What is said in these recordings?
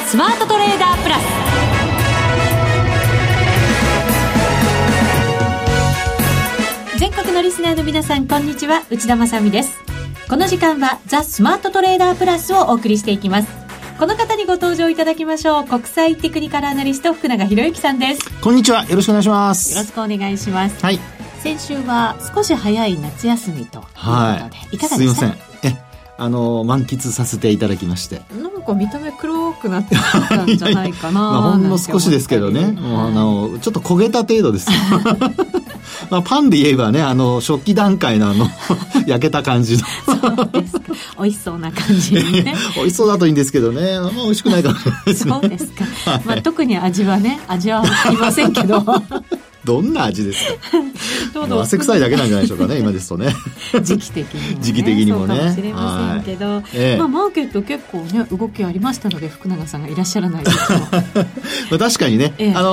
スマートトレーダープラス。全国のリスナーの皆さん、こんにちは、内田まさみです。この時間はザ・スマートトレーダープラスをお送りしていきます。この方にご登場いただきましょう。国際テクニカルアナリスト福永博之さんです。 こんにちは、よろしくお願いします。 よろしくお願いします。 はい。 先週は少し早い夏休みということで、いかがでした？ すいません。満喫させていただきまして。 なんか見た目黒くなってたんじゃないかなほんの少しですけどね。もうちょっと焦げた程度です。パンで言えばね、初期段階の焼けた感じの。 そうですか。美味しそうな感じね。 美味しそうだといいんですけどね。美味しくないかもしれないですね。 そうですか。はい、特に味はありませんけど。 どんな味ですか？汗臭いだけなんじゃないでしょうかね、今ですとね。 時期的にもね。 時期的にもね。 そうかもしれませんけど、マーケット結構ね、動きありましたので、福永さんがいらっしゃらないですけど。 確かにね、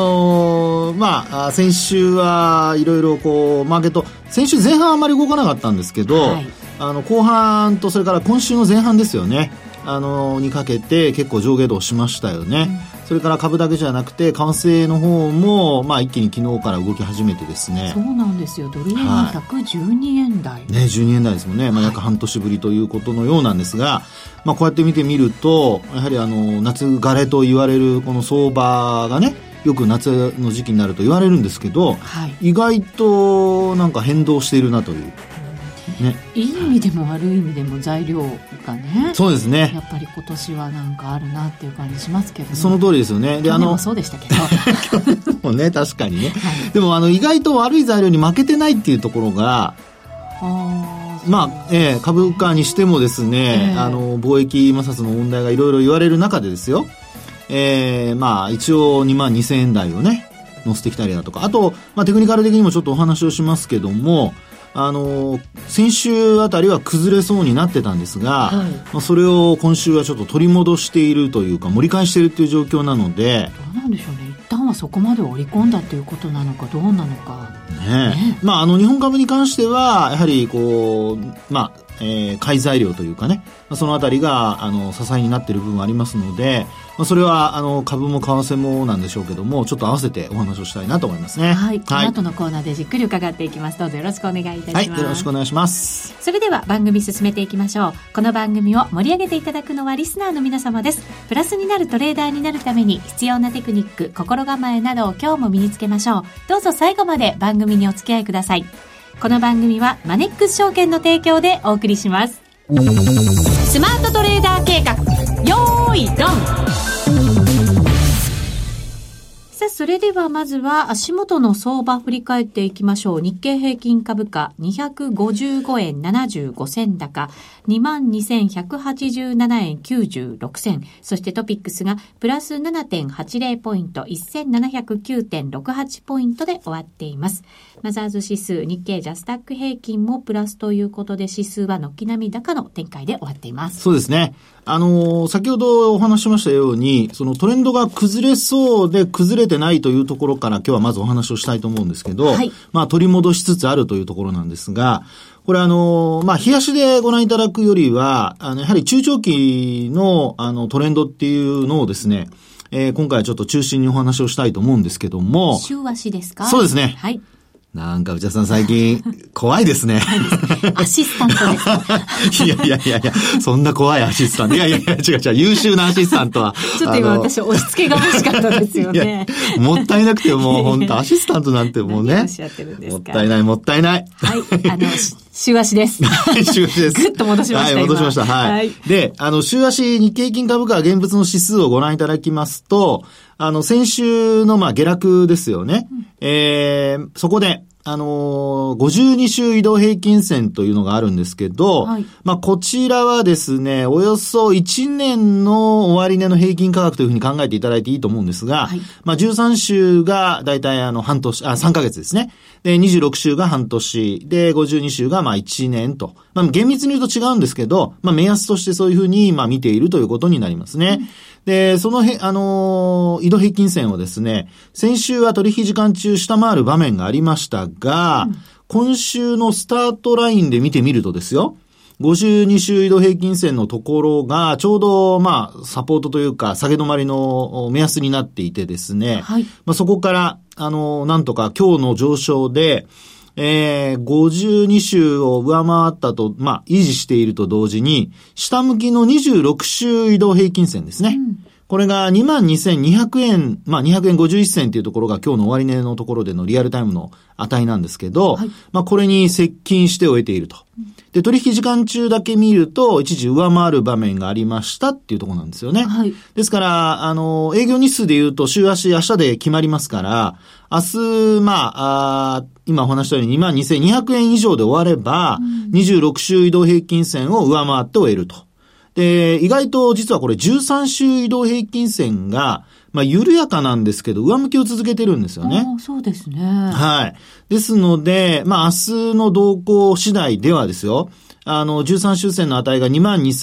先週はいろいろマーケット、先週前半あんまり動かなかったんですけど、はい、後半とそれから今週の前半ですよね。にかけて結構上下動しましたよね。それから株だけじゃなくて為替の方も、一気に昨日から動き始めてですね。 そうなんですよ。ドル円が112円台、 ね、12円台ですもんね。約半年ぶりということのようなんですが、こうやって見てみるとやはり夏枯れと言われるこの相場がね、よく夏の時期になると言われるんですけど、意外となんか変動しているなというね、 いい意味でも悪い意味でも材料がね、 そうですね、 やっぱり今年はなんかあるなっていう感じしますけどね。 その通りですよね。 で去年もそうでしたけどもうね、確かにね、でも意外と悪い材料に負けてないっていうところが、株価にしてもですね、貿易摩擦の問題がいろいろ言われる中でですよ、一応22,000円台をね乗せてきたりだとか、あと、テクニカル的にもちょっとお話をしますけども、先週あたりは崩れそうになってたんですが、それを今週はちょっと取り戻しているというか盛り返しているという状況なので、 どうなんでしょうね。一旦はそこまで織り込んだということなのかどうなのか、 日本株に関してはやはり買い材料というかね、そのあたりが支えになっている部分はありますので、それは株も為替もなんでしょうけども、ちょっと合わせてお話をしたいなと思いますね。 はい、この後のコーナーでじっくり伺っていきます。どうぞよろしくお願いいたします。 はい、よろしくお願いします。 それでは番組進めていきましょう。この番組を盛り上げていただくのはリスナーの皆様です。プラスになるトレーダーになるために必要なテクニック、心構えなどを今日も身につけましょう。どうぞ最後まで番組にお付き合いください。この番組はマネックス証券の提供でお送りします。スマートトレーダー計画、よーいドン。さあ、それではまずは足元の相場振り返っていきましょう。日経平均株価255円75銭高 22,187 円96銭。そしてトピックスがプラス 7.80 ポイント 1709.68 ポイントで終わっています。マザーズ指数、日経ジャスタック平均もプラスということで、指数は軒並み高の展開で終わっています。 そうですね。先ほどお話しましたように、そのトレンドが崩れそうで崩れてないというところから今日はまずお話をしたいと思うんですけど、取り戻しつつあるというところなんですが、これ日足でご覧いただくよりは、やはり中長期のトレンドっていうのをですね、今回はちょっと中心にお話をしたいと思うんですけども。 週足ですか？ そうですね。 はい。 なんか内田さん最近怖いですね。 アシスタントです。 いや、そんな怖いアシスタント。いや、違う、優秀なアシスタントは。 ちょっと今私押し付けが欲しかったですよね。 もったいなくてもう本当アシスタントなんてもうね。 何をおっしゃってるんですか？ もったいない。 はい。週足です。 週足です。 ぐっと戻しました。 はい、戻しました。はい。で、週足日経平均株価現物の指数をご覧いただきますと、先週の下落ですよね。そこで、52週移動平均線というのがあるんですけど、こちらはですね、およそ1年の終値の平均価格というふうに考えていただいていいと思うんですが、13週がだいたい3ヶ月ですね。で、26週が半年。で、52週が1年と。厳密に言うと違うんですけど、目安としてそういうふうに見ているということになりますね。で、その移動平均線をですね、先週は取引時間中下回る場面がありましたが、今週のスタートラインで見てみるとですよ、 52週移動平均線のところが、ちょうど、サポートというか、下げ止まりの目安になっていてですね、はい、そこから、なんとか今日の上昇で、52週を上回ったと、維持していると同時に、下向きの26週移動平均線ですね。これが 22,200 円、200円51銭というところが今日の終値のところでのリアルタイムの値なんですけど、はい、これに接近して終えていると。で、取引時間中だけ見ると、一時上回る場面がありましたっていうところなんですよね。はい、ですから、営業日数で言うと、週足明日で決まりますから、明日、今お話したように 22,200 円以上で終われば、26週移動平均線を上回って終えると。で、意外と実はこれ13週移動平均線が、緩やかなんですけど、上向きを続けてるんですよね。 そうですね。 はい。ですので、明日の動向次第ではですよ、13週線の値が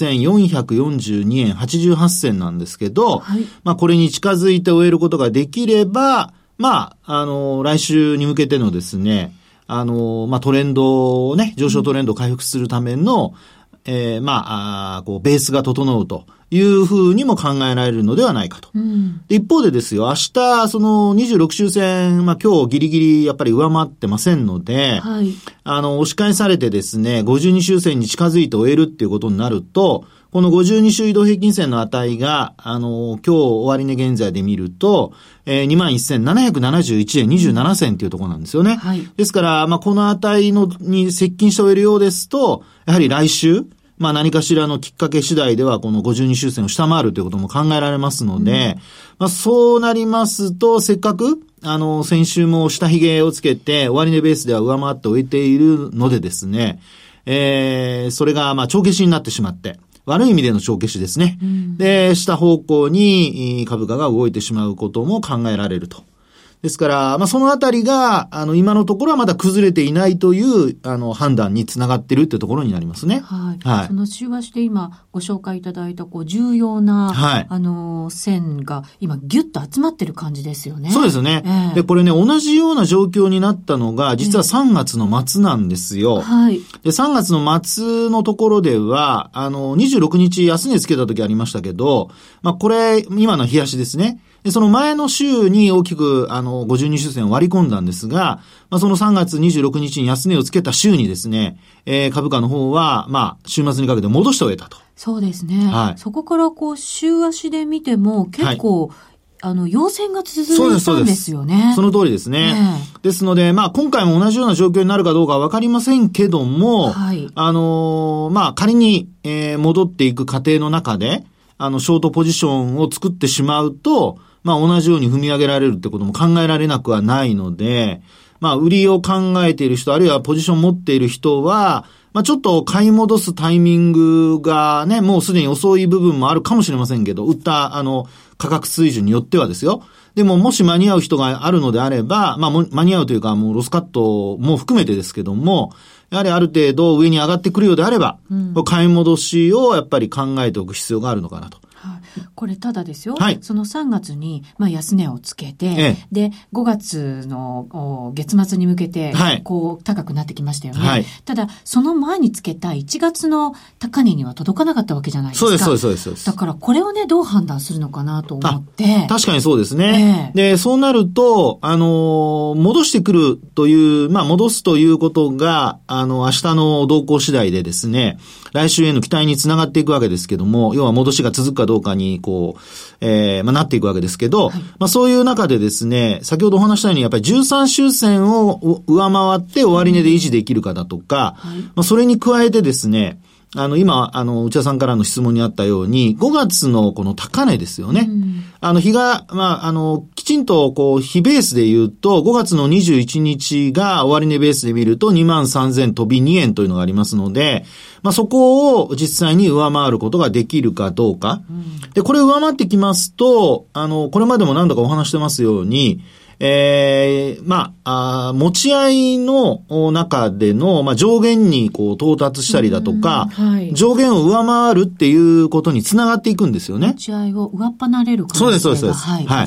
22,442 円88銭なんですけど、はい、これに近づいて終えることができれば、来週に向けてのですね、トレンドをね、上昇トレンドを回復するための、ベースが整うというふうにも考えられるのではないかと。で一方でですよ、明日、その26週線、今日ギリギリやっぱり上回ってませんので、はい、押し返されてですね、52週線に近づいて終えるっていうことになると、この52週移動平均線の値が、今日終値現在で見ると、21,771 円27銭っていうところなんですよね。はい、ですから、この値に接近して終えるようですと、やはり来週、何かしらのきっかけ次第ではこの52週線を下回るということも考えられますので、そうなりますと、せっかく、先週も下髭をつけて、終値ベースでは上回って終えているのでですね、それが帳消しになってしまって、悪い意味での帳消しですね。で、下方向に株価が動いてしまうことも考えられると。ですから、そのあたりが、今のところはまだ崩れていないという、判断につながっているっていうところになりますね。 はい。はい。その週足で今ご紹介いただいた、重要な、はい、線が今ギュッと集まってる感じですよね。 そうですね。で、これね、同じような状況になったのが、実は3月の末なんですよ。はい。で、3月の末のところでは、26日安値つけた時ありましたけど、これ、今の日足ですね。で、その前の週に大きく、52週線を割り込んだんですが、その3月26日に安値をつけた週にですね、株価の方は、週末にかけて戻して終えたと。 そうですね。はい。そこから週足で見ても、結構、はい、陽線が続いたんですよね。 その通りですね。ですので、今回も同じような状況になるかどうかはわかりませんけども、はい、仮に、戻っていく過程の中で、ショートポジションを作ってしまうと、同じように踏み上げられるってことも考えられなくはないので、売りを考えている人、あるいはポジションを持っている人は、ちょっと買い戻すタイミングがね、もうすでに遅い部分もあるかもしれませんけど、売った価格水準によってはですよ。でももし間に合う人があるのであれば、間に合うというかもうロスカットも含めてですけども、やはりある程度上に上がってくるようであれば、買い戻しをやっぱり考えておく必要があるのかなと。 これただですよ、はい、その3月に安値をつけて、で5月の月末に向けて高くなってきましたよね、はい、ただその前につけた1月の高値には届かなかったわけじゃないですか。 そうです。 だからこれをねどう判断するのかなと思って。 確かにそうですね、でそうなると戻してくるという戻すということが明日の動向次第でですね、来週への期待につながっていくわけですけども、要は戻しが続くかどうかになっていくわけですけど、はい、そういう中でですね、先ほどお話したようにやっぱり13週線を上回って終値で維持できるかだとか、はい、それに加えてですね、今、内田さんからの質問にあったように、5月のこの高値ですよね。日が、きちんと日ベースで言うと、5月の21日が終値ベースで見ると 23,000 飛び2円というのがありますので、そこを実際に上回ることができるかどうか。で、これ上回ってきますと、これまでも何度かお話してますように、持ち合いの中での、上限に到達したりだとか、はい、上限を上回るっていうことにつながっていくんですよね。 持ち合いを上っ離れる可能性が。 そうです。はい。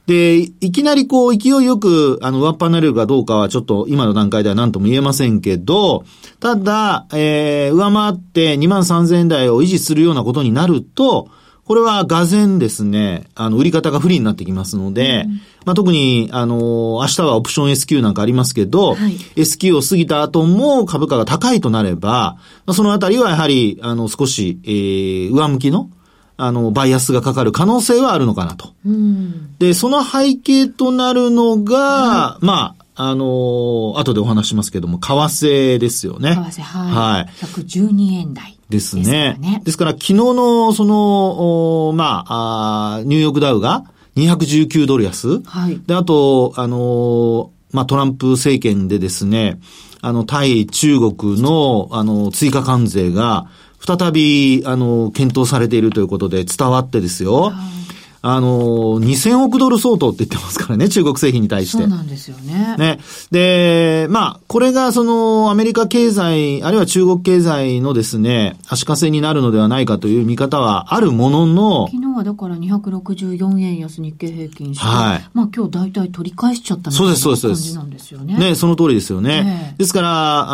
で、いきなりこう勢いよく上っ離れるかどうかはちょっと今の段階では何とも言えませんけど、ただ、上回って23,000円台を維持するようなことになると、これは俄然ですね、売り方が不利になってきますので、特に、明日はオプション S q なんかありますけど、はい、S q を過ぎた後も株価が高いとなれば、そのあたりはやはり、少し、上向きの、バイアスがかかる可能性はあるのかなと。で、その背景となるのが、後でお話しますけども、為替ですよね。 為替、はい。112円台。 ですね。ですから、昨日の、ニューヨークダウが219ドル安。はい。で、あと、トランプ政権でですね、対中国の、追加関税が、再び、検討されているということで伝わってですよ。2000億ドル相当って言ってますからね、中国製品に対して。 そうなんですよね。 ね。で、これがアメリカ経済、あるいは中国経済のですね、足かせになるのではないかという見方はあるものの、 昨日はだから264円安日経平均して、はい。今日大体取り返しちゃったみたいな感じなんですよね。 ね、その通りですよね。ですから、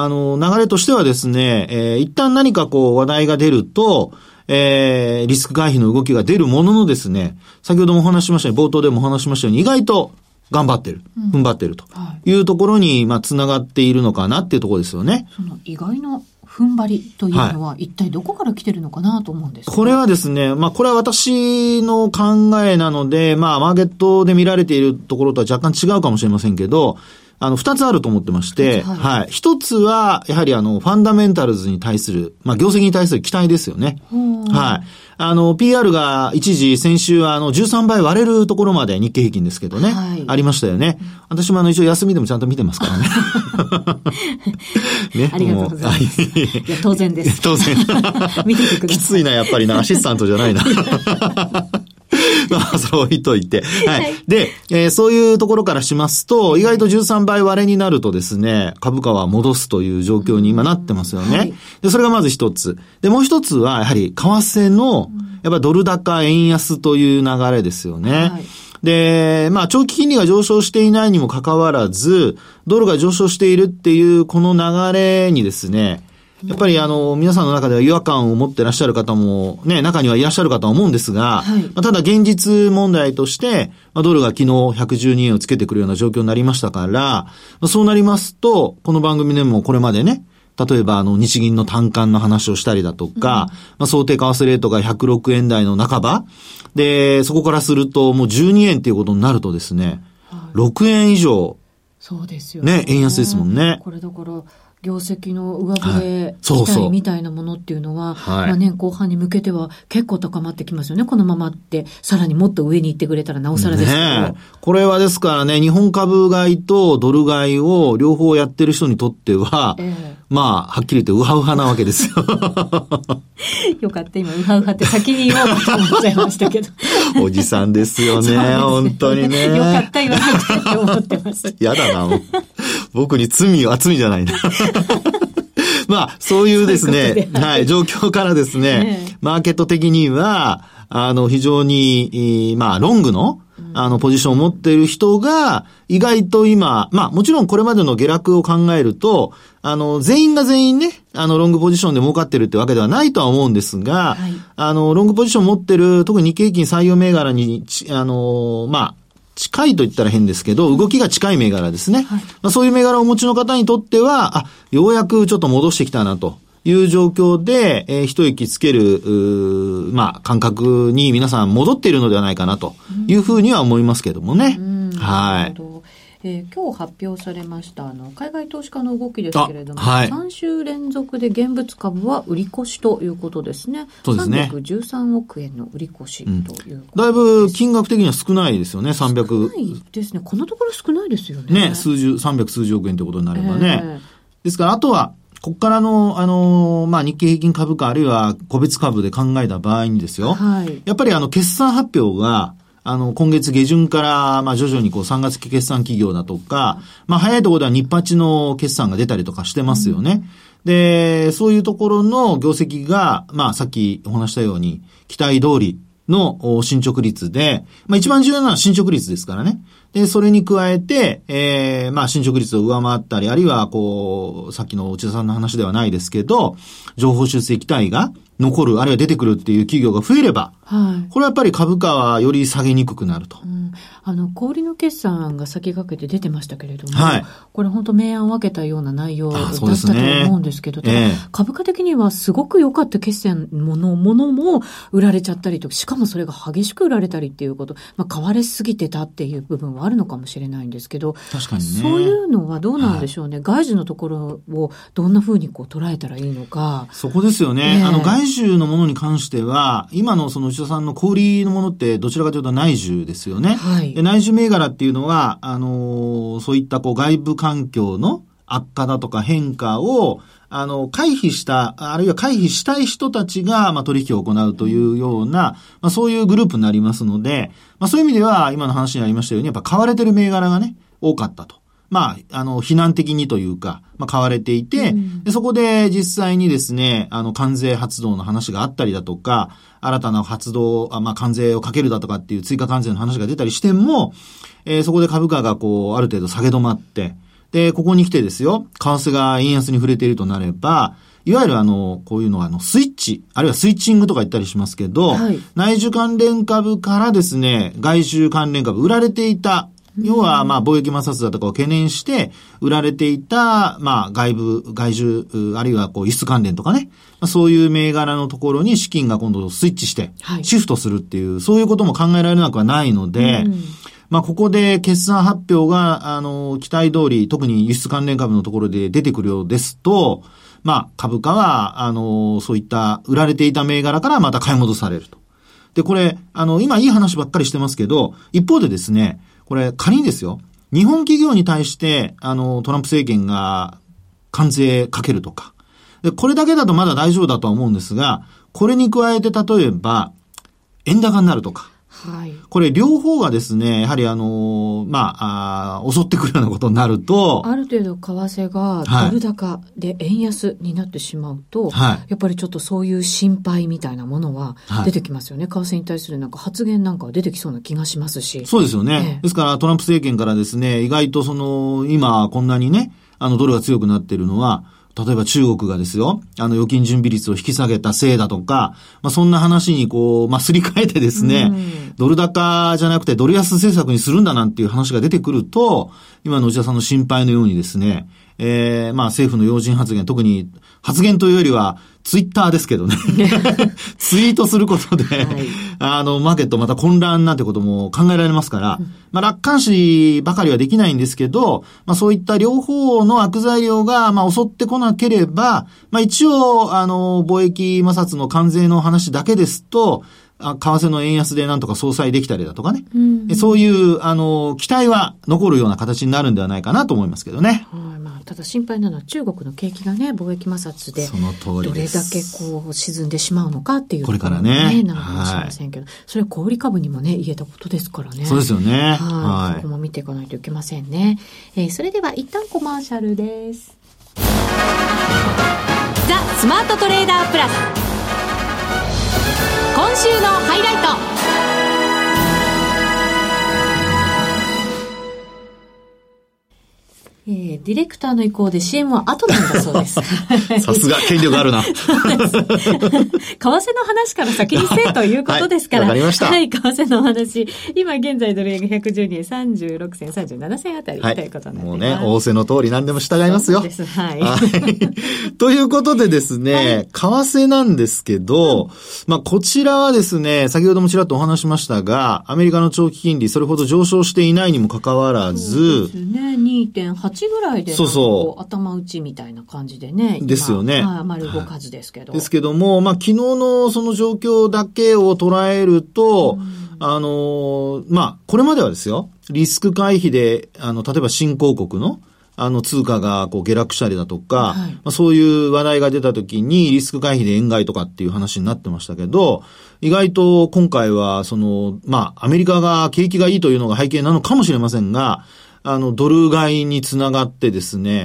流れとしてはですね、一旦何か話題が出ると、リスク回避の動きが出るもののですね、先ほどもお話ししましたように、冒頭でもお話ししましたように、意外と頑張ってる、踏ん張ってるというところに、つながっているのかなっていうところですよね。 その意外な踏ん張りというのは、一体どこから来てるのかなと思うんですこれはですね、これは私の考えなので、マーケットで見られているところとは若干違うかもしれませんけど、二つあると思ってまして、はい。一つは、やはりファンダメンタルズに対する、業績に対する期待ですよね。はい。PR が一時、先週は13倍割れるところまで日経平均ですけどね。はい。ありましたよね。私も一応休みでもちゃんと見てますからね。 ね。ありがとうございます。いや、当然です。 当然。 見ててください。 きついな、やっぱりな。アシスタントじゃないな。それ置いといて。はい。で、そういうところからしますと、意外と13倍割れになるとですね、株価は戻すという状況に今なってますよね。はい、で、それがまず一つ。で、もう一つは、やはり、為替の、やっぱドル高円安という流れですよね。はい、で、長期金利が上昇していないにもかかわらず、ドルが上昇しているっていうこの流れにですね、やっぱり皆さんの中では違和感を持ってらっしゃる方もね、中にはいらっしゃるかと思うんですが、はい、ただ現実問題として、ドルが昨日112円をつけてくるような状況になりましたから、そうなりますと、この番組でもこれまでね、例えば日銀の短観の話をしたりだとか、想定為替レートが106円台の半ばで、そこからするともう12円っていうことになるとですね、はい、6円以上、 そうですよね。 円安ですもんね。 これだから、業績の上振れ期待みたいなものっていうのは、年後半に向けては結構高まってきますよね。このままって、さらにもっと上に行ってくれたらなおさらですけど。ね、 これはですからね、日本株買いとドル買いを両方やってる人にとっては、はっきり言ってウハウハなわけですよ。 よかった、今ウハウハって先に言おうと思っちゃいましたけど。 おじさんですよね、本当にね。 よかった、言わなくてって思ってます。 やだな、もう。僕に罪じゃないな。そういうですね、はい、状況からですね、マーケット的には、非常に、ロングの、ポジションを持っている人が、意外と今、もちろんこれまでの下落を考えると、全員が全員ね、ロングポジションで儲かってるってわけではないとは思うんですが、はい、ロングポジションを持ってる、特に日経平均採用銘柄に、近いと言ったら変ですけど、動きが近い銘柄ですね。はい、そういう銘柄をお持ちの方にとっては、ようやくちょっと戻してきたなという状況で、一息つける、感覚に皆さん戻っているのではないかなというふうには思いますけどもね。はい。 今日発表されました海外投資家の動きですけれども、はい、3週連続で現物株は売り越しということですね。 そうですね。 313億円の売り越しということです。 だいぶ金額的には少ないですよね、300。 少ないですね。このところ少ないですよね。 ね、300数十億円ということになればね。ですから、あとは、ここからの、日経平均株価あるいは個別株で考えた場合にですよ。はい、やっぱり決算発表が、今月下旬から、徐々に3月期決算企業だとか、早いところでは日八の決算が出たりとかしてますよね。で、そういうところの業績が、さっきお話したように、期待通り、 の進捗率で、一番重要なのは進捗率ですからね。で、それに加えて、進捗率を上回ったり、あるいは、さっきの内田さんの話ではないですけど、情報修正期待が残る、あるいは出てくるっていう企業が増えれば、これはやっぱり株価はより下げにくくなると。 小売の決算が先駆けて出てましたけれども、これ本当明暗を分けたような内容だったと思うんですけど、ただ株価的にはすごく良かった決算のものも売られちゃったりとか、しかもそれが激しく売られたりっていうこと、買われすぎてたっていう部分はあるのかもしれないんですけど、 確かにね。 そういうのはどうなんでしょうね。外需のところをどんな風に捉えたらいいのか。 そこですよね。外需のものに関しては、今のその内田さんの小売りのものってどちらかというと内需ですよね。で内需銘柄っていうのは、そういった外部環境の悪化だとか変化を、回避した、あるいは回避したい人たちが、取引を行うというような、そういうグループになりますので、そういう意味では、今の話にありましたように、やっぱ買われてる銘柄がね、多かったと。避難的にというか、買われていて、でそこで実際にですね、関税発動の話があったりだとか、新たな発動、関税をかけるだとかっていう追加関税の話が出たりしても、そこで株価がある程度下げ止まって、で、ここに来てですよ、為替が円安に触れているとなれば、いわゆるこういうのはスイッチ、あるいはスイッチングとか言ったりしますけど、内需関連株からですね、外需関連株、売られていた、要は、貿易摩擦だとかを懸念して、売られていた、外需、あるいは輸出関連とかね、そういう銘柄のところに資金が今度スイッチして、シフトするっていう、そういうことも考えられなくはないので、ここで決算発表が、期待通り、特に輸出関連株のところで出てくるようですと、株価は、そういった売られていた銘柄からまた買い戻されると。で、これ、今いい話ばっかりしてますけど、一方でですね、これ仮にですよ、日本企業に対して、トランプ政権が関税かけるとか。で、これだけだとまだ大丈夫だとは思うんですが、これに加えて例えば、円高になるとか。これ両方がですね、やはり襲ってくるようなことになると、 ある程度為替がドル高で円安になってしまうと、やっぱりちょっとそういう心配みたいなものは出てきますよね。為替に対する発言なんかは出てきそうな気がしますし。 そうですよね。ですからトランプ政権からですね、意外と今こんなにね、ドルが強くなっているのは、例えば中国がですよ、預金準備率を引き下げたせいだとか、そんな話にすり替えてですね、ドル高じゃなくてドル安政策にするんだなんていう話が出てくると、今の内田さんの心配のようにですね、政府の要人発言、特に発言というよりは、ツイッターですけどね。ツイートすることで、マーケットまた混乱なんてことも考えられますから、楽観視ばかりはできないんですけど、そういった両方の悪材料が、襲ってこなければ、一応、貿易摩擦の関税の話だけですと、為替の円安でなんとか相殺できたりだとかね。そういう、期待は残るような形になるんではないかなと思いますけどね。 ただ心配なのは中国の景気がね、貿易摩擦で、どれだけ沈んでしまうのかっていうところがね、なのかもしれませんけど、それは小売株にもね、言えたことですからね。 そうですよね。 そこも見ていかないといけませんね。それでは一旦コマーシャルです。ザ・スマートトレーダープラス。今週のハイライト。ディレクターの意向で CM は後なんだそうです。 さすが、権力あるな。為替の話から先にせということですから。 わかりました。 はい、為替の話。今現在ドル円が112円36銭37銭あたりということになっています。もうね、 仰せの通り何でも従いますよ。 そうです。はい。 ということでですね、為替なんですけど、こちらはですね、先ほどもちらっとお話しましたが、アメリカの長期金利それほど上昇していないにもかかわらず、 そうですね、2.8ぐらいで頭打ちみたいな感じでね。 ですよね。 あまり動かずですけど。 ですけども、昨日のその状況だけを捉えると、これまではですよ、リスク回避で、例えば新興国の通貨が下落したりだとか、そういう話題が出た時にリスク回避で円買いとかっていう話になってましたけど、意外と今回はアメリカが景気がいいというのが背景なのかもしれませんが、ドル買いにつながってですね、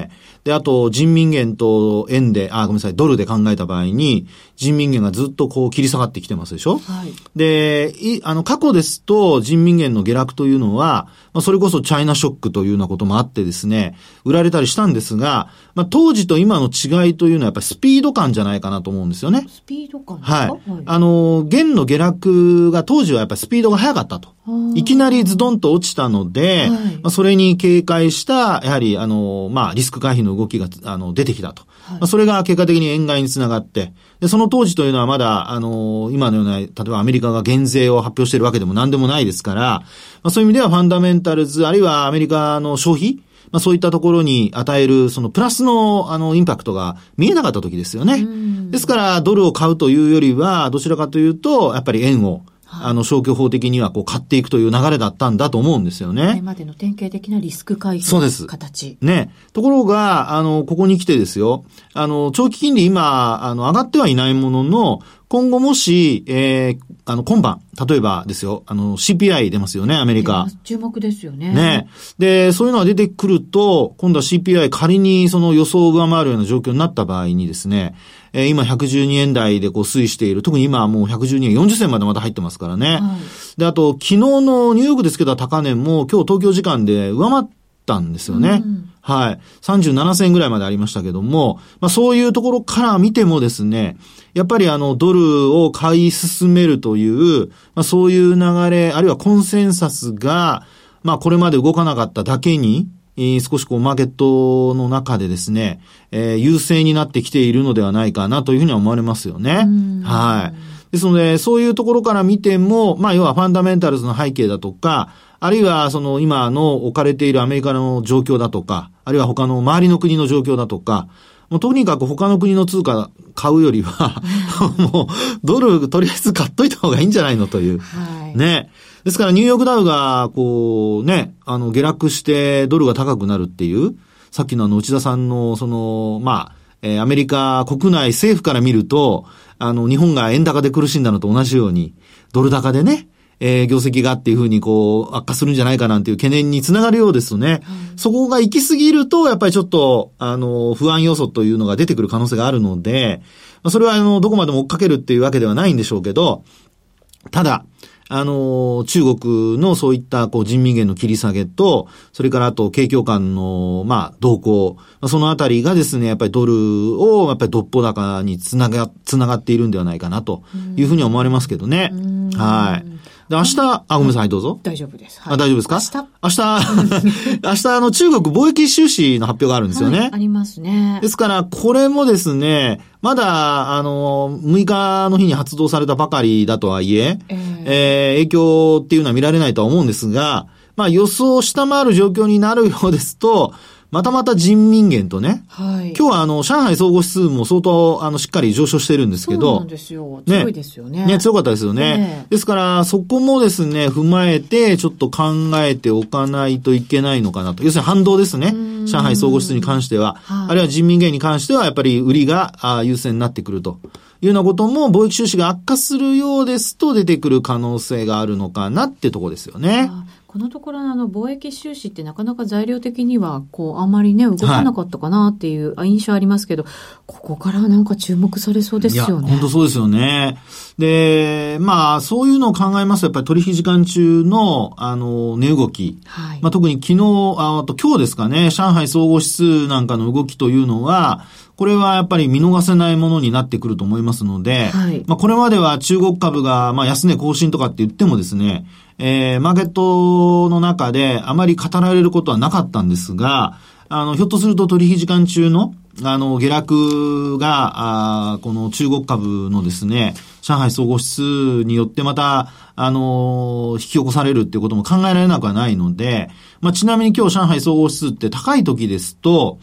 で、あと人民元と円で、ごめんなさい、ドルで考えた場合に、人民元がずっとこう切り下がってきてますでしょ。 はい。 で、過去ですと人民元の下落というのは、それこそチャイナショックというようなこともあってですね、売られたりしたんですが、当時と今の違いというのはやっぱりスピード感じゃないかなと思うんですよね。 スピード感ですか？ はい。元の下落が当時はやっぱりスピードが速かったと。いきなりズドンと落ちたので、はい、それに警戒した、やはり、リスク回避の動きが、出てきたと。はい、それが結果的に円買いにつながって、で、その当時というのはまだ、今のような、例えばアメリカが減税を発表しているわけでも何でもないですから、そういう意味ではファンダメンタルズ、あるいはアメリカの消費、そういったところに与える、そのプラスの、インパクトが見えなかった時ですよね。ですから、ドルを買うというよりは、どちらかというと、やっぱり円を、消去法的にはこう買っていくという流れだったんだと思うんですよね。 これまでの典型的なリスク回避の形。そうです。 ね。ところが、ここに来てですよ。長期金利今、上がってはいないものの、今後もし、今晩、例えばですよ、CPI 出ますよね、アメリカ。 注目ですよね。 ね。で、そういうのが出てくると、今度は CPI 仮にその予想を上回るような状況になった場合にですね、今112円台でこう推移している。特に今はもう112円40銭までまた入ってますからね。はい、で、あと、昨日のニューヨークでつけた高値も今日東京時間で上回ったんですよね。はい。37銭ぐらいまでありましたけども、そういうところから見てもですね、やっぱりドルを買い進めるという、そういう流れ、あるいはコンセンサスが、これまで動かなかっただけに、少しこうマーケットの中でですね、優勢になってきているのではないかなというふうには思われますよね。はい。ですので、そういうところから見ても、要はファンダメンタルズの背景だとか、あるいはその今の置かれているアメリカの状況だとか、あるいは他の周りの国の状況だとか、もうとにかく他の国の通貨買うよりは、もうドルとりあえず買っといた方がいいんじゃないのという。はい、ね。ですからニューヨークダウがこうね、下落してドルが高くなるっていう、さっきの内田さんのアメリカ国内政府から見ると、日本が円高で苦しんだのと同じように、ドル高でね、業績がっていうふうにこう悪化するんじゃないかなんていう懸念につながるようですね。そこが行き過ぎるとやっぱりちょっと不安要素というのが出てくる可能性があるので、それはどこまでも追っかけるっていうわけではないんでしょうけど、ただ中国のそういったこう人民元の切り下げと、それからあと景況感の動向、そのあたりがですね、やっぱりドルをやっぱりどっぽ高につながっているんではないかなというふうに思われますけどね。はい。で、明日、ごめんなさい、どうぞ。 大丈夫です。はい、 大丈夫ですか？明日、中国貿易収支の発表があるんですよね。はい、 ありますね。 ですから、これもですね、まだ、6日の日に発動されたばかりだとはいえ、影響っていうのは見られないとは思うんですが、予想を下回る状況になるようですと、また人民元とね、はい、今日は上海総合指数も相当しっかり上昇してるんですけど、 そうなんですよ。強いですよね。 ね、強かったですよね。ですからそこもですね踏まえてちょっと考えておかないといけないのかなと。要するに反動ですね。上海総合指数に関しては、あるいは人民元に関してはやっぱり売りが優先になってくるというようなことも貿易収支が悪化するようですと出てくる可能性があるのかなってとこですよね。 このところ貿易収支ってなかなか材料的にはあんまりね動かなかったかなっていう印象ありますけど、ここからなんか注目されそうですよね。 いや本当そうですよね。でそういうのを考えますとやっぱり取引時間中の値動き、はい、特に昨日あと今日ですかね、上海総合指数なんかの動きというのはこれはやっぱり見逃せないものになってくると思いますので、はい、これまでは中国株が安値更新とかって言ってもですね、マーケットの中であまり語られることはなかったんですが、ひょっとすると取引時間中の下落がこの中国株のですね上海総合指数によってまた引き起こされるっていうことも考えられなくはないので、ちなみに今日上海総合指数って高い時ですと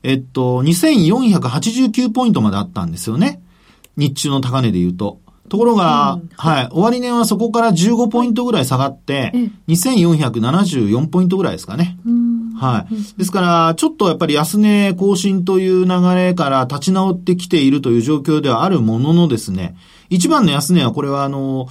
2489ポイントまであったんですよね。日中の高値で言うと。ところが、はい、終値はそこから15ポイントぐらい下がって、2474ポイントぐらいですかね。 はい。ですから、ちょっとやっぱり安値更新という流れから立ち直ってきているという状況ではあるもののですね、一番の安値はこれは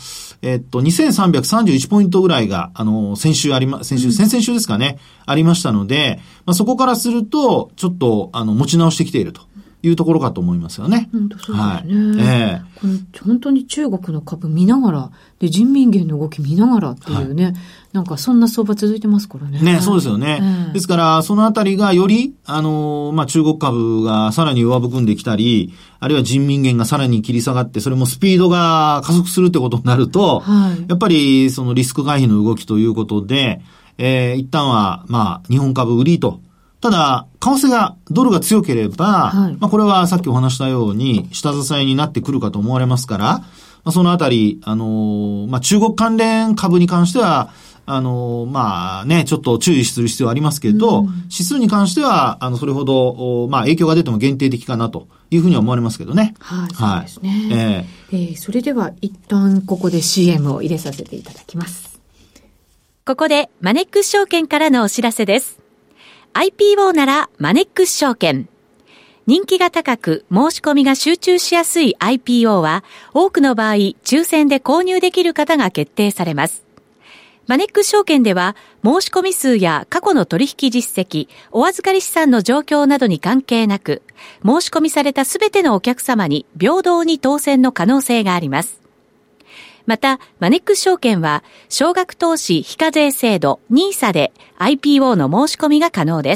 2331ポイントぐらいが、先々週ですかね、ありましたので、そこからすると、ちょっと、持ち直してきているというところかと思いますよね。 本当そうですね。これ本当に中国の株見ながら、で、人民元の動き見ながらっていうね、なんかそんな相場続いてますからね。 ね、そうですよね。ですから、そのあたりがより、中国株がさらに上含んできたり、あるいは人民元がさらに切り下がって、それもスピードが加速するってことになると、やっぱりそのリスク回避の動きということで、一旦は、日本株売りと。ただ、為替が、ドルが強ければ、これはさっきお話したように、下支えになってくるかと思われますから、そのあたり、中国関連株に関しては、ちょっと注意する必要はありますけど、指数に関しては、それほど、影響が出ても限定的かなというふうには思われますけどね。 そうですね。それでは、一旦ここで CM を入れさせていただきます。ここで、マネックス証券からのお知らせです。IPO ならマネックス証券。人気が高く申し込みが集中しやすい IPO は多くの場合抽選で購入できる方が決定されます。マネックス証券では申し込み数や過去の取引実績、お預かり資産の状況などに関係なく申し込みされたすべてのお客様に平等に当選の可能性があります。また、マネックス証券は、少額投資非課税制度 NISA で IPO の申し込みが可能です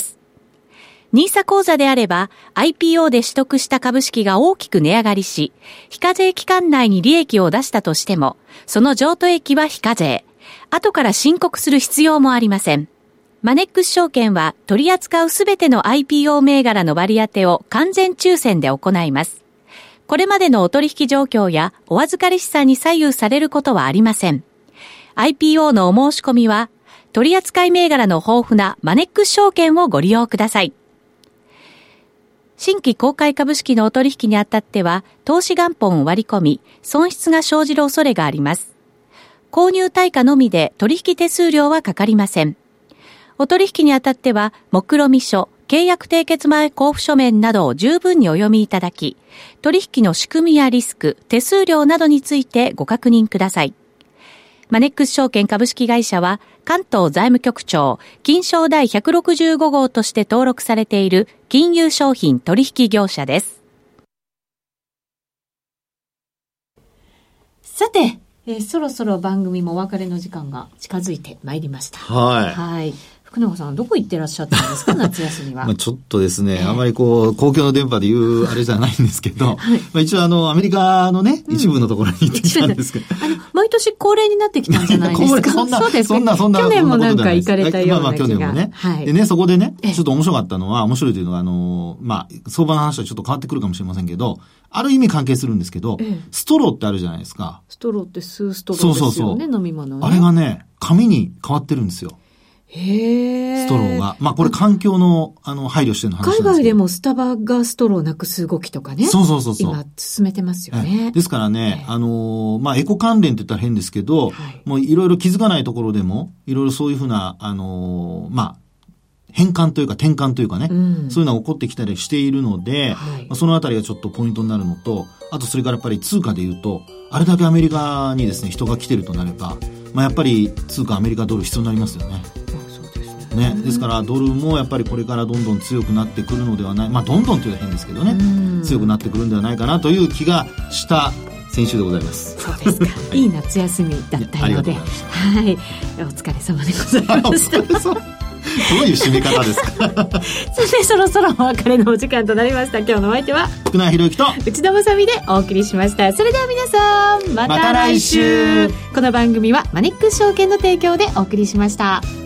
。NISA 口座であれば、IPO で取得した株式が大きく値上がりし、非課税期間内に利益を出したとしても、その譲渡益は非課税。後から申告する必要もありません。マネックス証券は、取り扱うすべての IPO 銘柄の割り当てを完全抽選で行います。これまでのお取引状況やお預かり資産に左右されることはありません。IPO のお申し込みは、取扱い銘柄の豊富なマネックス証券をご利用ください。新規公開株式のお取引にあたっては、投資元本を割り込み、損失が生じる恐れがあります。購入対価のみで取引手数料はかかりません。お取引にあたっては、目論見書、契約締結前交付書面などを十分にお読みいただき、取引の仕組みやリスク、手数料などについてご確認ください。マネックス証券株式会社は、関東財務局長、金商第165号として登録されている金融商品取引業者です。さて、そろそろ番組もお別れの時間が近づいてまいりました。はい。福永さん、どこ行ってらっしゃったんですか、夏休みは。 ちょっとですね、あまり公共の電波で言うあれじゃないんですけど、一応アメリカのね、一部のところに行ってきたんですけど。 毎年恒例になってきたんじゃないですか。そうですね。去年もなんか行かれたような気が。 去年もね。でね、そこでね、ちょっと面白かったのは、面白いというのが、相場の話はちょっと変わってくるかもしれませんけど、ある意味関係するんですけど、ストローってあるじゃないですか。 ストローって吸うストローですよね、飲み物ね。 あれがね、紙に変わってるんですよ。ストローが。これ環境の、配慮しての話なんですけど。海外でもスタバがストローなくす動きとかね。 そう。 今、進めてますよね。 ですからね、エコ関連って言ったら変ですけど、もういろいろ気づかないところでも、いろいろそういうふうな、変換というか転換というかね、そういうのが起こってきたりしているので、そのあたりがちょっとポイントになるのと、あとそれからやっぱり通貨で言うと、あれだけアメリカにですね、人が来てるとなれば、やっぱり通貨アメリカドル必要になりますよね。ですからドルもやっぱりこれからどんどん強くなってくるのではない、どんどんというのは変ですけどね、強くなってくるんではないかなという気がした先週でございます。 そうですか。いい夏休みだったので、はい、お疲れ様でございました。 どういう締め方ですか。 そしてそろそろお別れのお時間となりました。今日のお相手は福永博之と内田まさみでお送りしました。それでは皆さん、また来週。この番組はマネックス証券の提供でお送りしました。